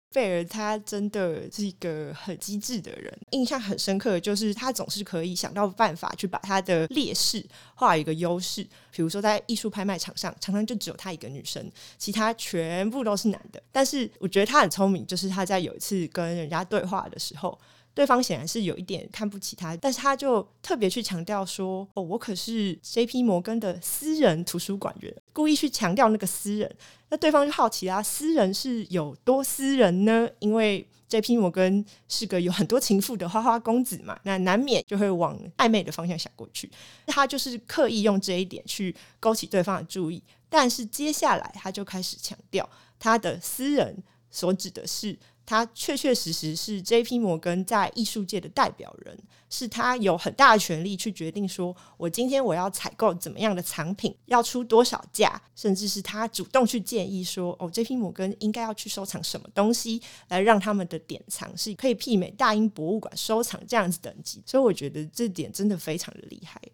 贝尔他真的是一个很机智的人，印象很深刻的就是他总是可以想到办法去把他的劣势化为一个优势。比如说在艺术拍卖场上，常常就只有他一个女生，其他全部都是男的。但是我觉得他很聪明，就是他在有一次跟人家对话的时候，对方显然是有一点看不起他，但是他就特别去强调说，我可是 JP 摩根的私人图书馆员，故意去强调那个私人。那对方就好奇啦，私人是有多私人呢？因为 JP 摩根是个有很多情妇的花花公子嘛，那难免就会往暧昧的方向想过去。他就是刻意用这一点去勾起对方的注意，但是接下来他就开始强调他的私人所指的是他确确实实是 JP 摩根在艺术界的代表人，是他有很大的权力去决定说我今天我要采购怎么样的藏品，要出多少价，甚至是他主动去建议说JP 摩根应该要去收藏什么东西，来让他们的典藏是可以媲美大英博物馆收藏这样子等级。所以我觉得这点真的非常的厉害。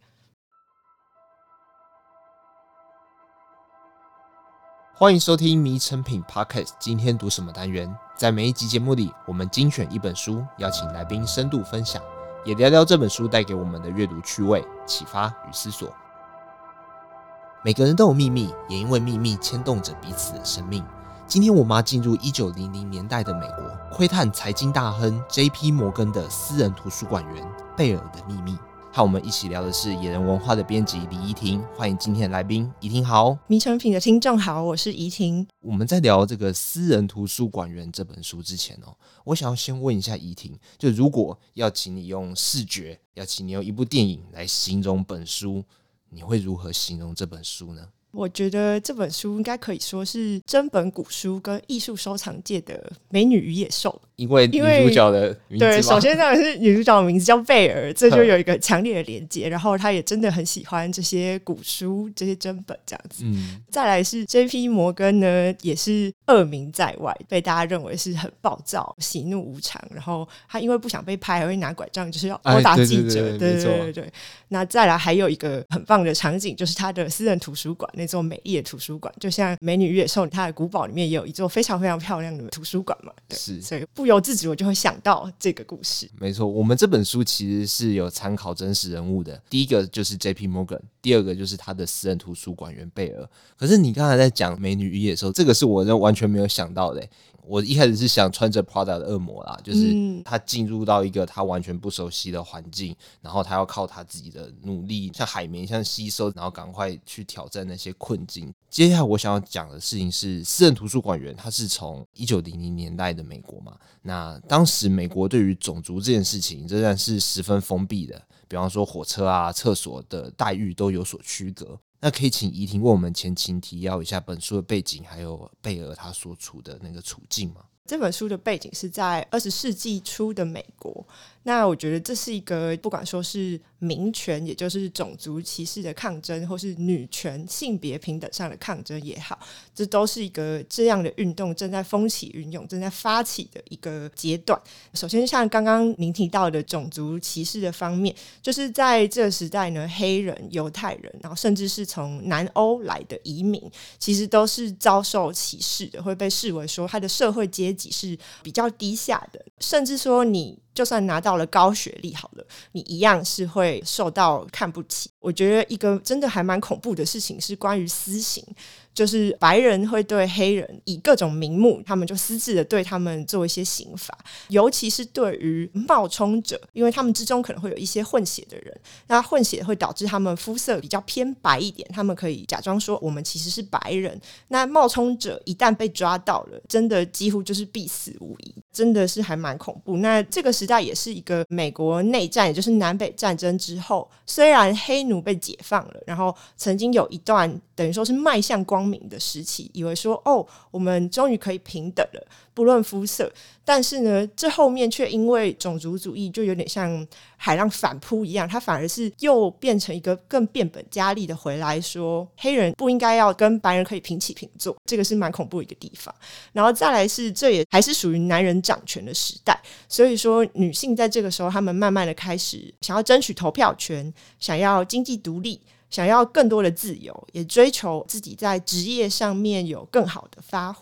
欢迎收听迷成品 Podcast 今天读什么单元。在每一集节目里，我们精选一本书，邀请来宾深度分享，也聊聊这本书带给我们的阅读趣味、启发与思索。每个人都有秘密，也因为秘密牵动着彼此的生命。今天我们要进入1900年代的美国，窥探财经大亨 JP 摩根的私人图书馆员贝尔的秘密。和我们一起聊的是野人文化的编辑李怡婷，欢迎今天的来宾。怡婷好。 迷成品的听众好，我是怡婷。 我们在聊这个私人图书馆员这本书之前我想要先问一下怡婷，就如果要请你用视觉，要请你用一部电影来形容本书，你会如何形容这本书呢？ 我觉得这本书应该可以说是真本古书跟艺术收藏界的美女与野兽， 因为女主角的名字吗？ 对，首先当然是女主角的名字叫贝尔，这就有一个强烈的连结，然后她也真的很喜欢这些古书这些真本这样子。再来是 JP 摩根呢，也是恶名在外，被大家认为是很暴躁喜怒无常，然后他因为不想被拍还会拿拐杖就是要殴打记者。对。那再来还有一个很棒的场景，就是他的私人图书馆，那座美丽的图书馆，就像美女与野兽它的古堡里面也有一座非常非常漂亮的图书馆嘛。对，是，所以不由自主我就会想到这个故事。 没错，我们这本书其实是有参考真实人物的，第一个就是 JP Morgan， 第二个就是他的私人图书馆员贝尔。可是你刚才在讲美女与野兽，这个是我完全没有想到的。我一开始是想穿着 Prada 的恶魔啦，就是他进入到一个他完全不熟悉的环境，然后他要靠他自己的努力，像海绵像吸收，然后赶快去挑战那些困境。接下来我想要讲的事情是私人图书馆员，他是从1900年代的美国嘛，那当时美国对于种族这件事情仍然是十分封闭的，比方说火车啊、厕所的待遇都有所区隔。那可以请怡婷为我们前情提要一下本书的背景，还有贝尔他所处的那个处境吗？ 这本书的背景是在20世纪初的美国，那我觉得这是一个不管说是民权，也就是种族歧视的抗争，或是女权性别平等上的抗争也好，这都是一个这样的运动正在风起云涌正在发起的一个阶段。首先像刚刚您提到的种族歧视的方面，就是在这个时代呢，黑人、犹太人，然后甚至是从南欧来的移民，其实都是遭受歧视的，会被视为说他的社会阶级是比较低下的，甚至说你就算拿到了高学历好了，你一样是会受到看不起。我觉得一个真的还蛮恐怖的事情是关于私刑，就是白人会对黑人以各种名目，他们就私自的对他们做一些刑罚，尤其是对于冒充者，因为他们之中可能会有一些混血的人，那混血会导致他们肤色比较偏白一点，他们可以假装说我们其实是白人，那冒充者一旦被抓到了，真的几乎就是必死无疑，真的是还蛮恐怖。那这个时代也是一个美国内战，也就是南北战争之后，虽然黑奴被解放了，然后曾经有一段等于说是迈向光明的时期，以为说我们终于可以平等了，不论肤色。但是呢，这后面却因为种族主义就有点像海浪反扑一样，它反而是又变成一个更变本加厉的回来说黑人不应该要跟白人可以平起平坐，这个是蛮恐怖的一个地方。然后再来是这也还是属于男人掌权的时代，所以说女性在这个时候他们慢慢的开始想要争取投票权，想要经济独立，想要更多的自由，也追求自己在职业上面有更好的发挥。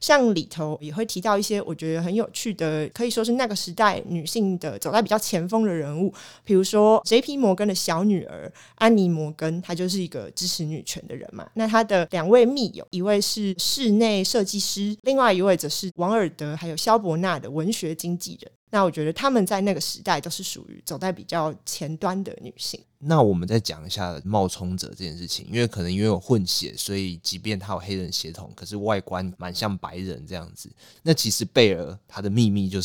像里头也会提到一些我觉得很有趣的，可以说是那个时代女性的走在比较前锋的人物，比如说 JP 摩根的小女儿安妮摩根，她就是一个支持女权的人嘛。那她的2位密友，一位是室内设计师，另外一位则是王尔德还有萧伯纳的文学经纪人。那我觉得他们在那个时代都是属于走在比较前端的女性。 那我们再讲一下冒充者这件事情，因为可能因为有混血，所以即便他有黑人血统，可是外观蛮像白人这样子。那其实贝尔他的秘密就是，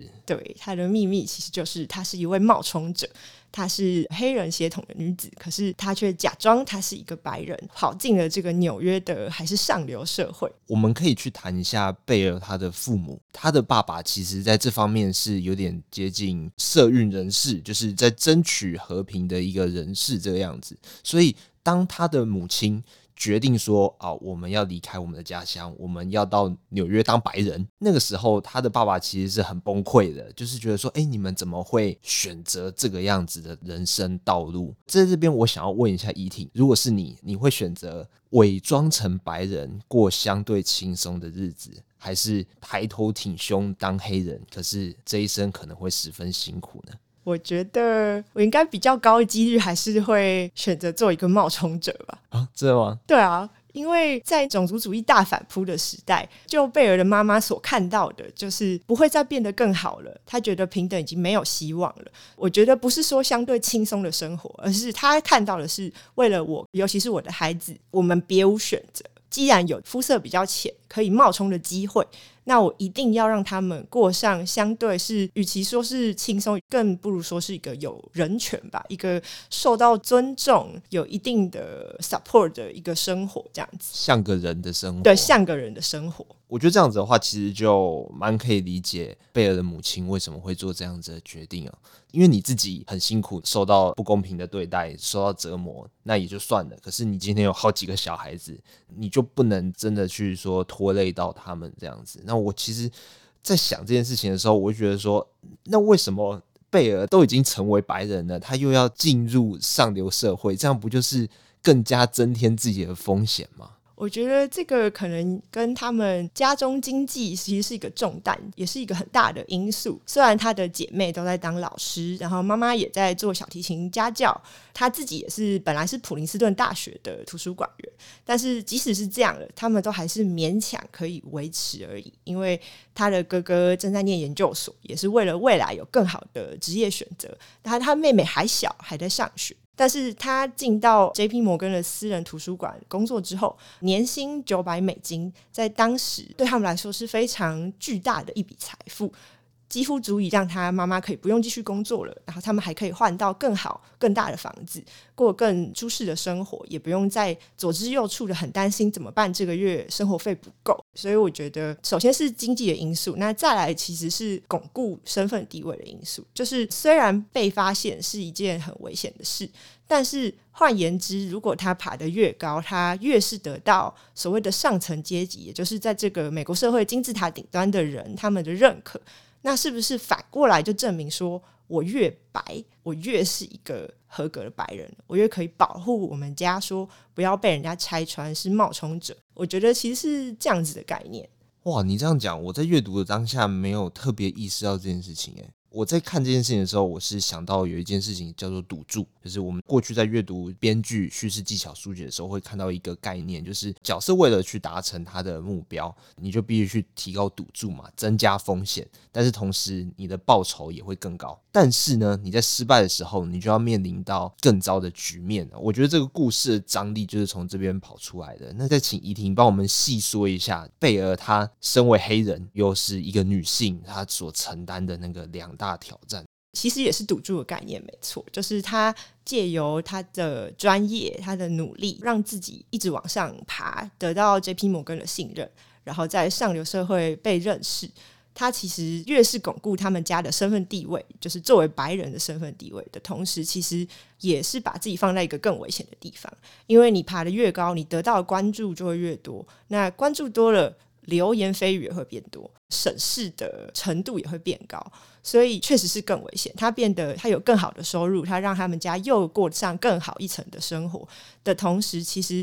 对，他的秘密其实就是他是一位冒充者，她是黑人血统的女子，可是她却假装她是一个白人，跑进了这个纽约的还是上流社会。 我们可以去谈一下贝尔他的父母，他的爸爸其实在这方面是有点接近社运人士，就是在争取和平的一个人士这个样子。所以当他的母亲决定说我们要离开我们的家乡，我们要到纽约当白人，那个时候他的爸爸其实是很崩溃的，就是觉得说你们怎么会选择这个样子的人生道路。在这边我想要问一下依婷，如果是你会选择伪装成白人过相对轻松的日子，还是抬头挺胸当黑人，可是这一生可能会十分辛苦呢？ 我觉得我应该比较高的几率还是会选择做一个冒充者吧。 真的吗？ 对啊，因为在种族主义大反扑的时代，就贝尔的妈妈所看到的就是不会再变得更好了，她觉得平等已经没有希望了。我觉得不是说相对轻松的生活，而是她看到的是为了我，尤其是我的孩子，我们别无选择。既然有肤色比较浅可以冒充的机会，那我一定要让他们过上相对是与其说是轻松，更不如说是一个有人权吧，一个受到尊重有一定的 support 的一个生活，这样子像个人的生活。 对，像个人的生活。 我觉得这样子的话其实就蛮可以理解贝尔的母亲为什么会做这样子的决定因为你自己很辛苦，受到不公平的对待，受到折磨，那也就算了，可是你今天有好几个小孩子，你就不能真的去说拖累到他们这样子。那我其实在想这件事情的时候，我就觉得说，那为什么贝尔都已经成为白人了，他又要进入上流社会，这样不就是更加增添自己的风险吗？ 我觉得这个可能跟他们家中经济其实是一个重担，也是一个很大的因素。虽然她的姐妹都在当老师，然后妈妈也在做小提琴家教，她自己也是本来是普林斯顿大学的图书馆员，但是即使是这样了，他们都还是勉强可以维持而已。因为她的哥哥正在念研究所，也是为了未来有更好的职业选择。她妹妹还小，还在上学。但是他进到 JP 摩根的私人图书馆工作之后，年薪$900，在当时对他们来说是非常巨大的一笔财富，几乎足以让他妈妈可以不用继续工作了，然后他们还可以换到更好更大的房子，过更舒适的生活，也不用再左支右绌的很担心怎么办这个月生活费不够。所以我觉得首先是经济的因素，那再来其实是巩固身份地位的因素。就是虽然被发现是一件很危险的事，但是换言之，如果他爬得越高，他越是得到所谓的上层阶级，也就是在这个美国社会金字塔顶端的人他们的认可，那是不是反过来就证明说我越白，我越是一个合格的白人，我越可以保护我们家，说不要被人家拆穿是冒充者。我觉得其实是这样子的概念。 哇，你这样讲，我在阅读的当下没有特别意识到这件事情我在看这件事情的时候，我是想到有一件事情叫做赌注，就是我们过去在阅读编剧叙事技巧书籍的时候会看到一个概念，就是角色为了去达成他的目标，你就必须去提高赌注嘛，增加风险，但是同时你的报酬也会更高。但是呢，你在失败的时候，你就要面临到更糟的局面。我觉得这个故事的张力就是从这边跑出来的。那再请怡婷帮我们细说一下，贝尔她身为黑人，又是一个女性，她所承担的那个2大挑战。 其实也是赌注的概念，没错，就是他借由他的专业，他的努力，让自己一直往上爬，得到 JP 摩根的信任，然后在上流社会被认识。他其实越是巩固他们家的身份地位，就是作为白人的身份地位的同时，其实也是把自己放在一个更危险的地方。因为你爬得越高，你得到的关注就会越多，那关注多了，流言蜚语也会变多，审视的程度也会变高，所以确实是更危险。他有更好的收入，他让他们家又过上更好一层的生活的同时，其实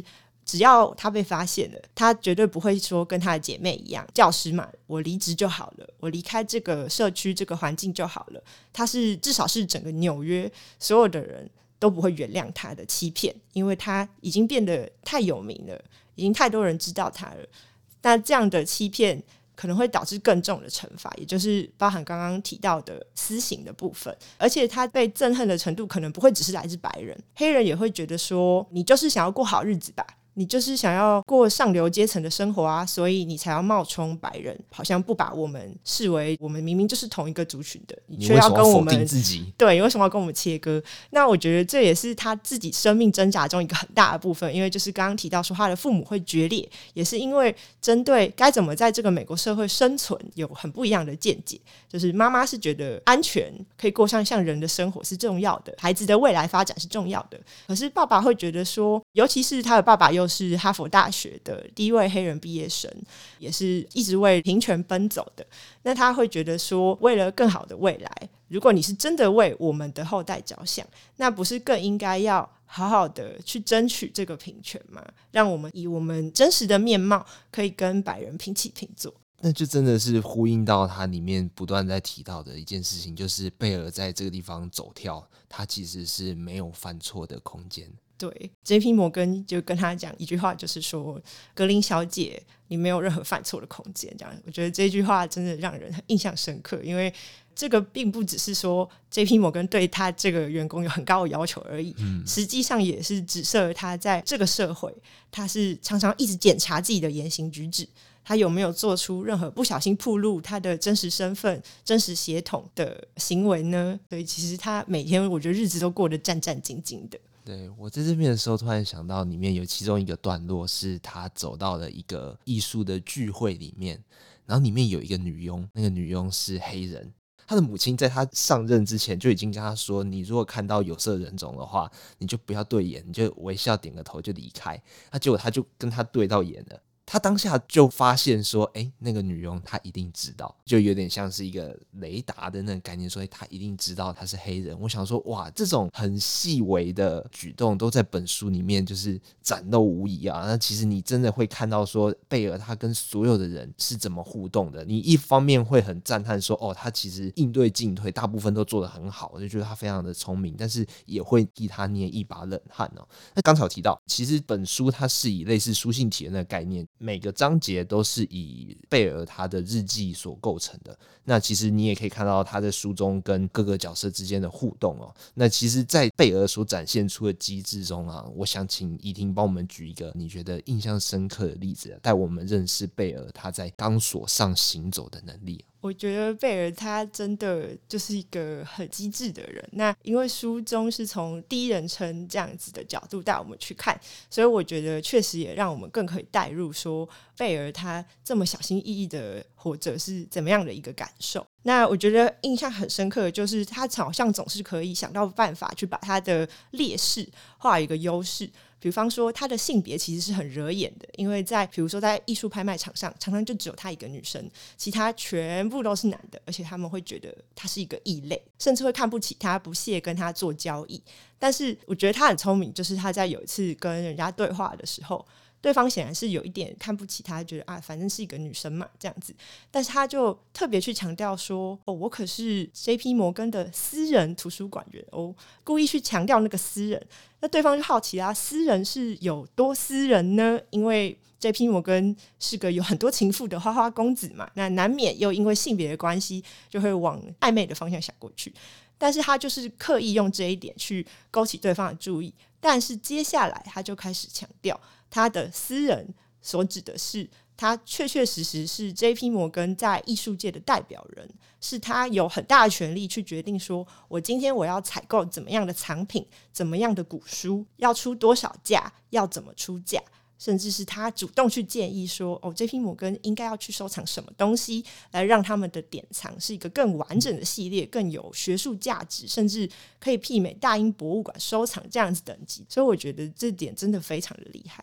只要他被发现了，他绝对不会说跟他的姐妹一样，教师嘛，我离职就好了，我离开这个社区这个环境就好了。他是至少是整个纽约所有的人都不会原谅他的欺骗，因为他已经变得太有名了，已经太多人知道他了。那这样的欺骗可能会导致更重的惩罚，也就是包含刚刚提到的私刑的部分。而且他被憎恨的程度可能不会只是来自白人，黑人也会觉得说你就是想要过好日子吧，你就是想要过上流阶层的生活啊，所以你才要冒充白人，好像不把我们视为我们明明就是同一个族群的，你却要跟我们， 你为什么要否定自己？ 对，你为什么要跟我们切割？那我觉得这也是他自己生命挣扎中一个很大的部分，因为就是刚刚提到说他的父母会决裂，也是因为针对该怎么在这个美国社会生存有很不一样的见解。就是妈妈是觉得安全可以过上像人的生活是重要的，孩子的未来发展是重要的，可是爸爸会觉得说，尤其是他的爸爸又是哈佛大学的第一位黑人毕业生，也是一直为平权奔走的，那他会觉得说，为了更好的未来，如果你是真的为我们的后代着想，那不是更应该要好好的去争取这个平权吗？让我们以我们真实的面貌可以跟白人平起平坐。 那就真的是呼应到他里面不断在提到的一件事情，就是贝尔在这个地方走跳，他其实是没有犯错的空间。 对 JP 摩根就跟他讲一句话，就是说格林小姐你没有任何犯错的空间，这样我觉得这句话真的让人很印象深刻，因为这个并不只是说 JP 摩根对他这个员工有很高的要求而已，实际上也是指涉了他在这个社会，他是常常一直检查自己的言行举止，他有没有做出任何不小心暴露他的真实身份、真实血统的行为呢？所以其实他每天我觉得日子都过得战战兢兢的。 对，我在这边的时候突然想到里面有其中一个段落是他走到了一个艺术的聚会里面，然后里面有一个女佣，那个女佣是黑人，他的母亲在他上任之前就已经跟他说，你如果看到有色人种的话，你就不要对眼，你就微笑点个头就离开。结果他就跟他对到眼了，他当下就发现说，那个女佣她一定知道，就有点像是一个雷达的那个概念，说她一定知道她是黑人。我想说，哇，这种很细微的举动都在本书里面就是展露无遗啊。那其实你真的会看到说，贝尔他跟所有的人是怎么互动的。你一方面会很赞叹说，他其实应对进退大部分都做得很好，我就觉得他非常的聪明，但是也会替他捏一把冷汗哦。那刚才有提到，其实本书它是以类似书信体的那个概念，每个章节都是以贝尔他的日记所构成的。那其实你也可以看到他在书中跟各个角色之间的互动哦。那其实在贝尔所展现出的机制中啊，我想请怡婷帮我们举一个你觉得印象深刻的例子，带我们认识贝尔他在钢索上行走的能力。 我觉得贝尔他真的就是一个很机智的人，那因为书中是从第一人称这样子的角度带我们去看，所以我觉得确实也让我们更可以带入说贝尔他这么小心翼翼的活着是怎么样的一个感受。那我觉得印象很深刻的就是他好像总是可以想到办法去把他的劣势化为一个优势，比方说他的性别其实是很惹眼的，因为比如说在艺术拍卖场上常常就只有他一个女生，其他全部都是男的，而且他们会觉得他是一个异类，甚至会看不起他，不屑跟他做交易。但是我觉得他很聪明，就是他在有一次跟人家对话的时候，对方显然是有一点看不起他，觉得反正是一个女生嘛这样子，但是他就特别去强调说，我可是 JP 摩根的私人图书馆员哦，故意去强调那个私人。那对方就好奇啦，私人是有多私人呢？因为 JP 摩根是个有很多情妇的花花公子嘛，那难免又因为性别的关系就会往暧昧的方向想过去，但是他就是刻意用这一点去勾起对方的注意。但是接下来他就开始强调他的私人所指的是他确确实实是 JP 摩根在艺术界的代表人，是他有很大的权力去决定说，我今天我要采购怎么样的藏品，怎么样的古书，要出多少价，要怎么出价，甚至是他主动去建议说JP 摩根应该要去收藏什么东西，来让他们的典藏是一个更完整的系列，更有学术价值，甚至可以媲美大英博物馆收藏这样子等级。所以我觉得这点真的非常的厉害。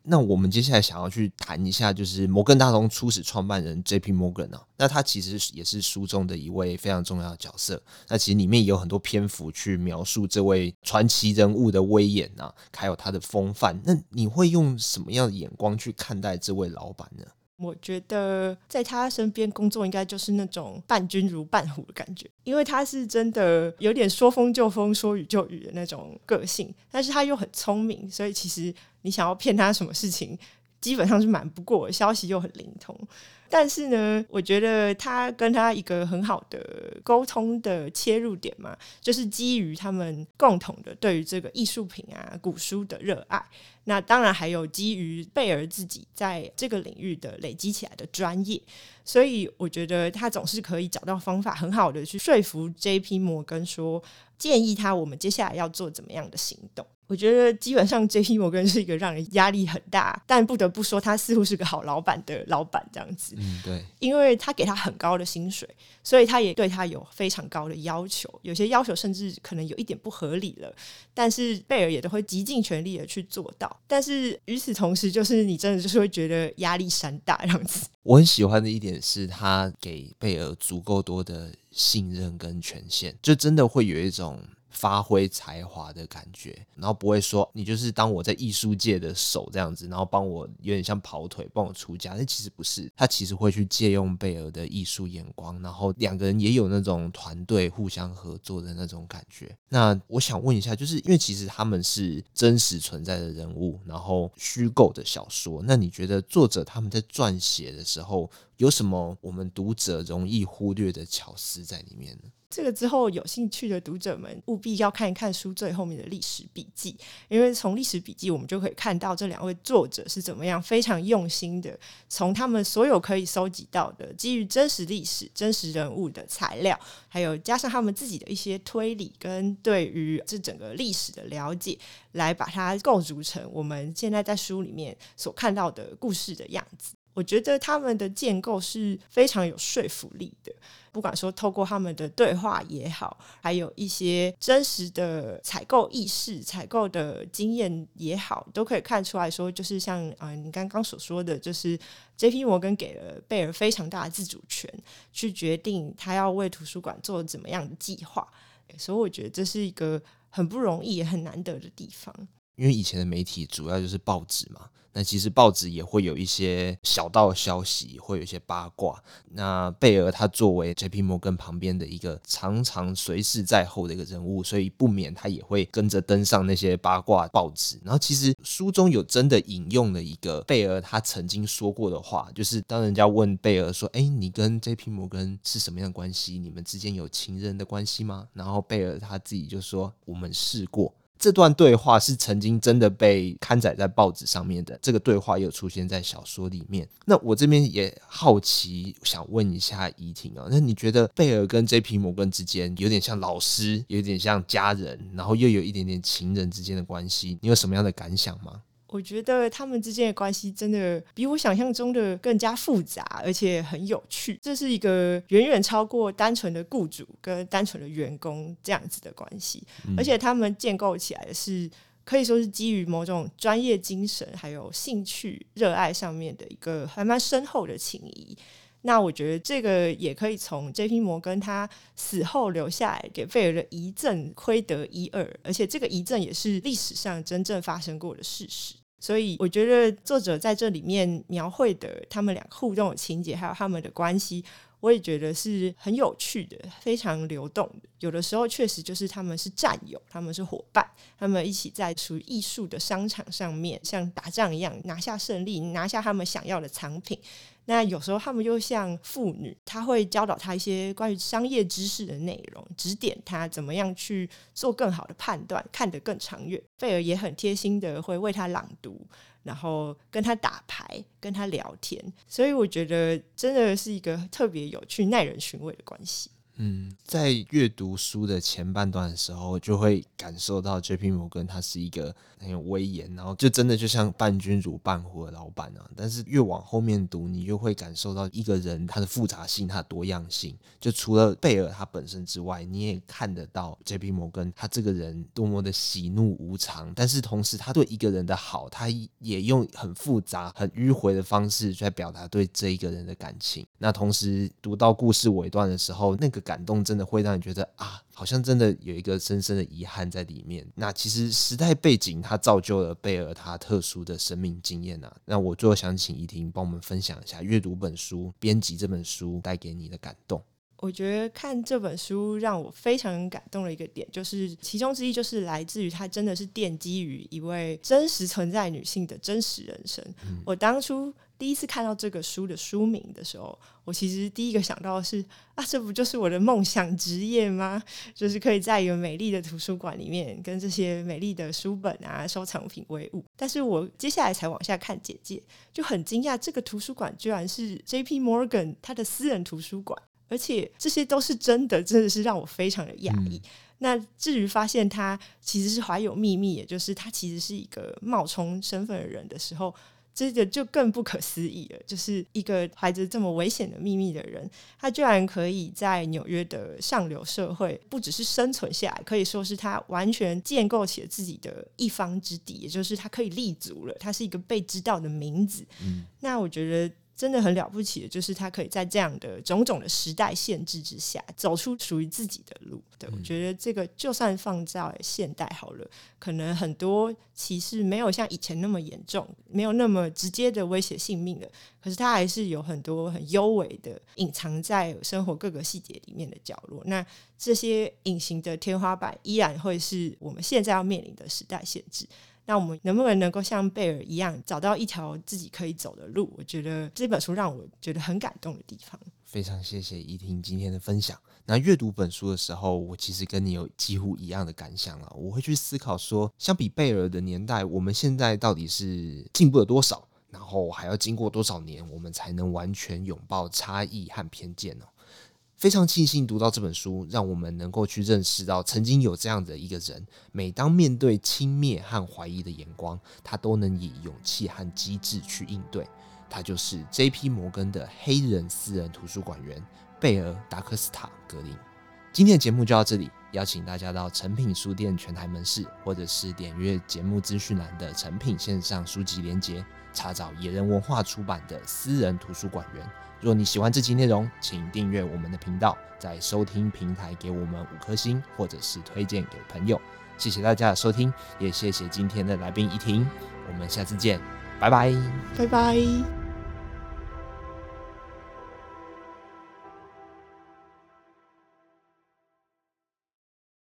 那我们接下来想要去谈一下，就是摩根大通初始创办人 JP Morgan 啊，那他其实也是书中的一位非常重要的角色。那其实里面也有很多篇幅去描述这位传奇人物的威严啊，还有他的风范。那你会用什么样的眼光去看待这位老板呢？ 我觉得在他身边工作应该就是那种伴君如伴虎的感觉，因为他是真的有点说风就风说雨就雨的那种个性，但是他又很聪明，所以其实你想要骗他什么事情基本上是瞒不过，消息又很灵通。但是呢，我觉得他跟他一个很好的沟通的切入点嘛，就是基于他们共同的对于这个艺术品啊、古书的热爱，那当然还有基于贝尔自己在这个领域的累积起来的专业，所以我觉得他总是可以找到方法，很好的去说服 JP 摩根说，建议他我们接下来要做怎么样的行动。我觉得基本上 JP 摩根是一个让人压力很大，但不得不说他似乎是个好老板的老板这样子。 对， 因为他给他很高的薪水，所以他也对他有非常高的要求，有些要求甚至可能有一点不合理了，但是贝尔也都会极尽全力的去做到。但是与此同时，就是你真的就是会觉得压力山大这样子。 我很喜欢的一点是他给贝尔足够多的信任跟权限，就真的会有一种发挥才华的感觉，然后不会说你就是当我在艺术界的手这样子，然后帮我有点像跑腿帮我出家，但其实不是，他其实会去借用贝尔的艺术眼光，然后两个人也有那种团队互相合作的那种感觉。那我想问一下，就是因为其实他们是真实存在的人物，然后虚构的小说，那你觉得作者他们在撰写的时候有什么我们读者容易忽略的巧思在里面呢？ 这个之后有兴趣的读者们务必要看一看书最后面的历史笔记，因为从历史笔记我们就可以看到这两位作者是怎么样非常用心的从他们所有可以搜集到的基于真实历史真实人物的材料，还有加上他们自己的一些推理跟对于这整个历史的了解，来把它构筑成我们现在在书里面所看到的故事的样子。我觉得他们的建构是非常有说服力的，不管说透过他们的对话也好，还有一些真实的采购意识、采购的经验也好，都可以看出来说，就是像你刚刚所说的，就是 JP 摩根给了贝尔非常大的自主权，去决定他要为图书馆做怎么样的计划，所以我觉得这是一个很不容易也很难得的地方。 因为以前的媒体主要就是报纸嘛，那其实报纸也会有一些小道消息，会有一些八卦。那贝尔他作为 JP 摩根旁边的一个常常随时在后的一个人物，所以不免他也会跟着登上那些八卦报纸。然后其实书中有真的引用了一个贝尔他曾经说过的话，就是当人家问贝尔说，你跟 JP 摩根是什么样的关系？你们之间有情人的关系吗？然后贝尔他自己就说，我们试过。这段对话是曾经真的被刊载在报纸上面的，这个对话也有出现在小说里面。那我这边也好奇想问一下怡婷啊，那你觉得贝尔跟 JP 摩根之间有点像老师，有点像家人，然后又有一点点情人之间的关系，你有什么样的感想吗？ 我觉得他们之间的关系真的比我想象中的更加复杂，而且很有趣。这是一个远远超过单纯的雇主跟单纯的员工这样子的关系，而且他们建构起来的是可以说是基于某种专业精神还有兴趣热爱上面的一个还蛮深厚的情谊。那我觉得这个也可以从 JP 摩根他死后留下来给贝尔的遗赠窥得一二，而且这个遗赠也是历史上真正发生过的事实。所以我觉得作者在这里面描绘的他们两个互动的情节还有他们的关系，我也觉得是很有趣的，非常流动的。有的时候确实就是他们是战友，他们是伙伴，他们一起在属于艺术的商场上面像打仗一样拿下胜利，拿下他们想要的藏品。那有时候他们又像父女，他会教导他一些关于商业知识的内容，指点他怎么样去做更好的判断，看得更长远。贝尔也很贴心的会为他朗读，然后跟他打牌，跟他聊天，所以我觉得真的是一个特别有趣耐人寻味的关系。 在阅读书的前半段的时候，就会感受到 JP Morgan 他是一个很有威严，然后就真的就像伴君如伴虎的老板啊。但是越往后面读，你就会感受到一个人他的复杂性、他的多样性。就除了贝尔他本身之外，你也看得到 JP Morgan 他这个人多么的喜怒无常，但是同时他对一个人的好，他也用很复杂、很迂回的方式在表达对这一个人的感情。那同时读到故事尾段的时候，那个感动真的会让你觉得啊，好像真的有一个深深的遗憾在里面。那其实时代背景它造就了贝尔他特殊的生命经验啊。那我最后想请怡婷帮我们分享一下阅读本书、编辑这本书带给你的感动。 我觉得看这本书让我非常感动的一个点，就是其中之一就是来自于它真的是奠基于一位真实存在女性的真实人生。我当初第一次看到这个书的书名的时候，我其实第一个想到的是这不就是我的梦想职业吗？就是可以在一个美丽的图书馆里面跟这些美丽的书本收藏品为伍。但是我接下来才往下看简介，就很惊讶这个图书馆居然是 JP Morgan 他的私人图书馆，而且这些都是真的是让我非常的讶异。那至于发现他其实是怀有秘密，也就是他其实是一个冒充身份的人的时候，这个就更不可思议了。就是一个怀着这么危险的秘密的人，他居然可以在纽约的上流社会不只是生存下来，可以说是他完全建构起了自己的一方之地，也就是他可以立足了，他是一个被知道的名字。那我觉得真的很了不起的就是他可以在这样的种种的时代限制之下走出属于自己的路。对，我觉得这个就算放在现代好了，可能很多歧视没有像以前那么严重，没有那么直接的威胁性命了，可是它还是有很多很幽微的隐藏在生活各个细节里面的角落。那这些隐形的天花板依然会是我们现在要面临的时代限制。那我们能够像贝尔一样找到一条自己可以走的路，我觉得这本书让我觉得很感动的地方。 非常谢谢怡婷今天的分享。那阅读本书的时候，我其实跟你有几乎一样的感想了。我会去思考说，相比贝尔的年代，我们现在到底是进步了多少，然后还要经过多少年，我们才能完全拥抱差异和偏见呢？非常庆幸读到这本书，让我们能够去认识到曾经有这样的一个人，每当面对轻蔑和怀疑的眼光，他都能以勇气和机智去应对。他就是 JP 摩根的黑人私人图书馆员贝尔·达克斯塔·格林。今天的节目就到这里，邀请大家到诚品书店全台门市，或者是点阅节目资讯栏的诚品线上书籍连结，查找野人文化出版的私人图书馆员。若你喜欢这期内容，请订阅我们的频道，在收听平台给我们5颗星，或者是推荐给朋友。谢谢大家的收听，也谢谢今天的来宾怡婷，我们下次见，拜拜， 拜拜。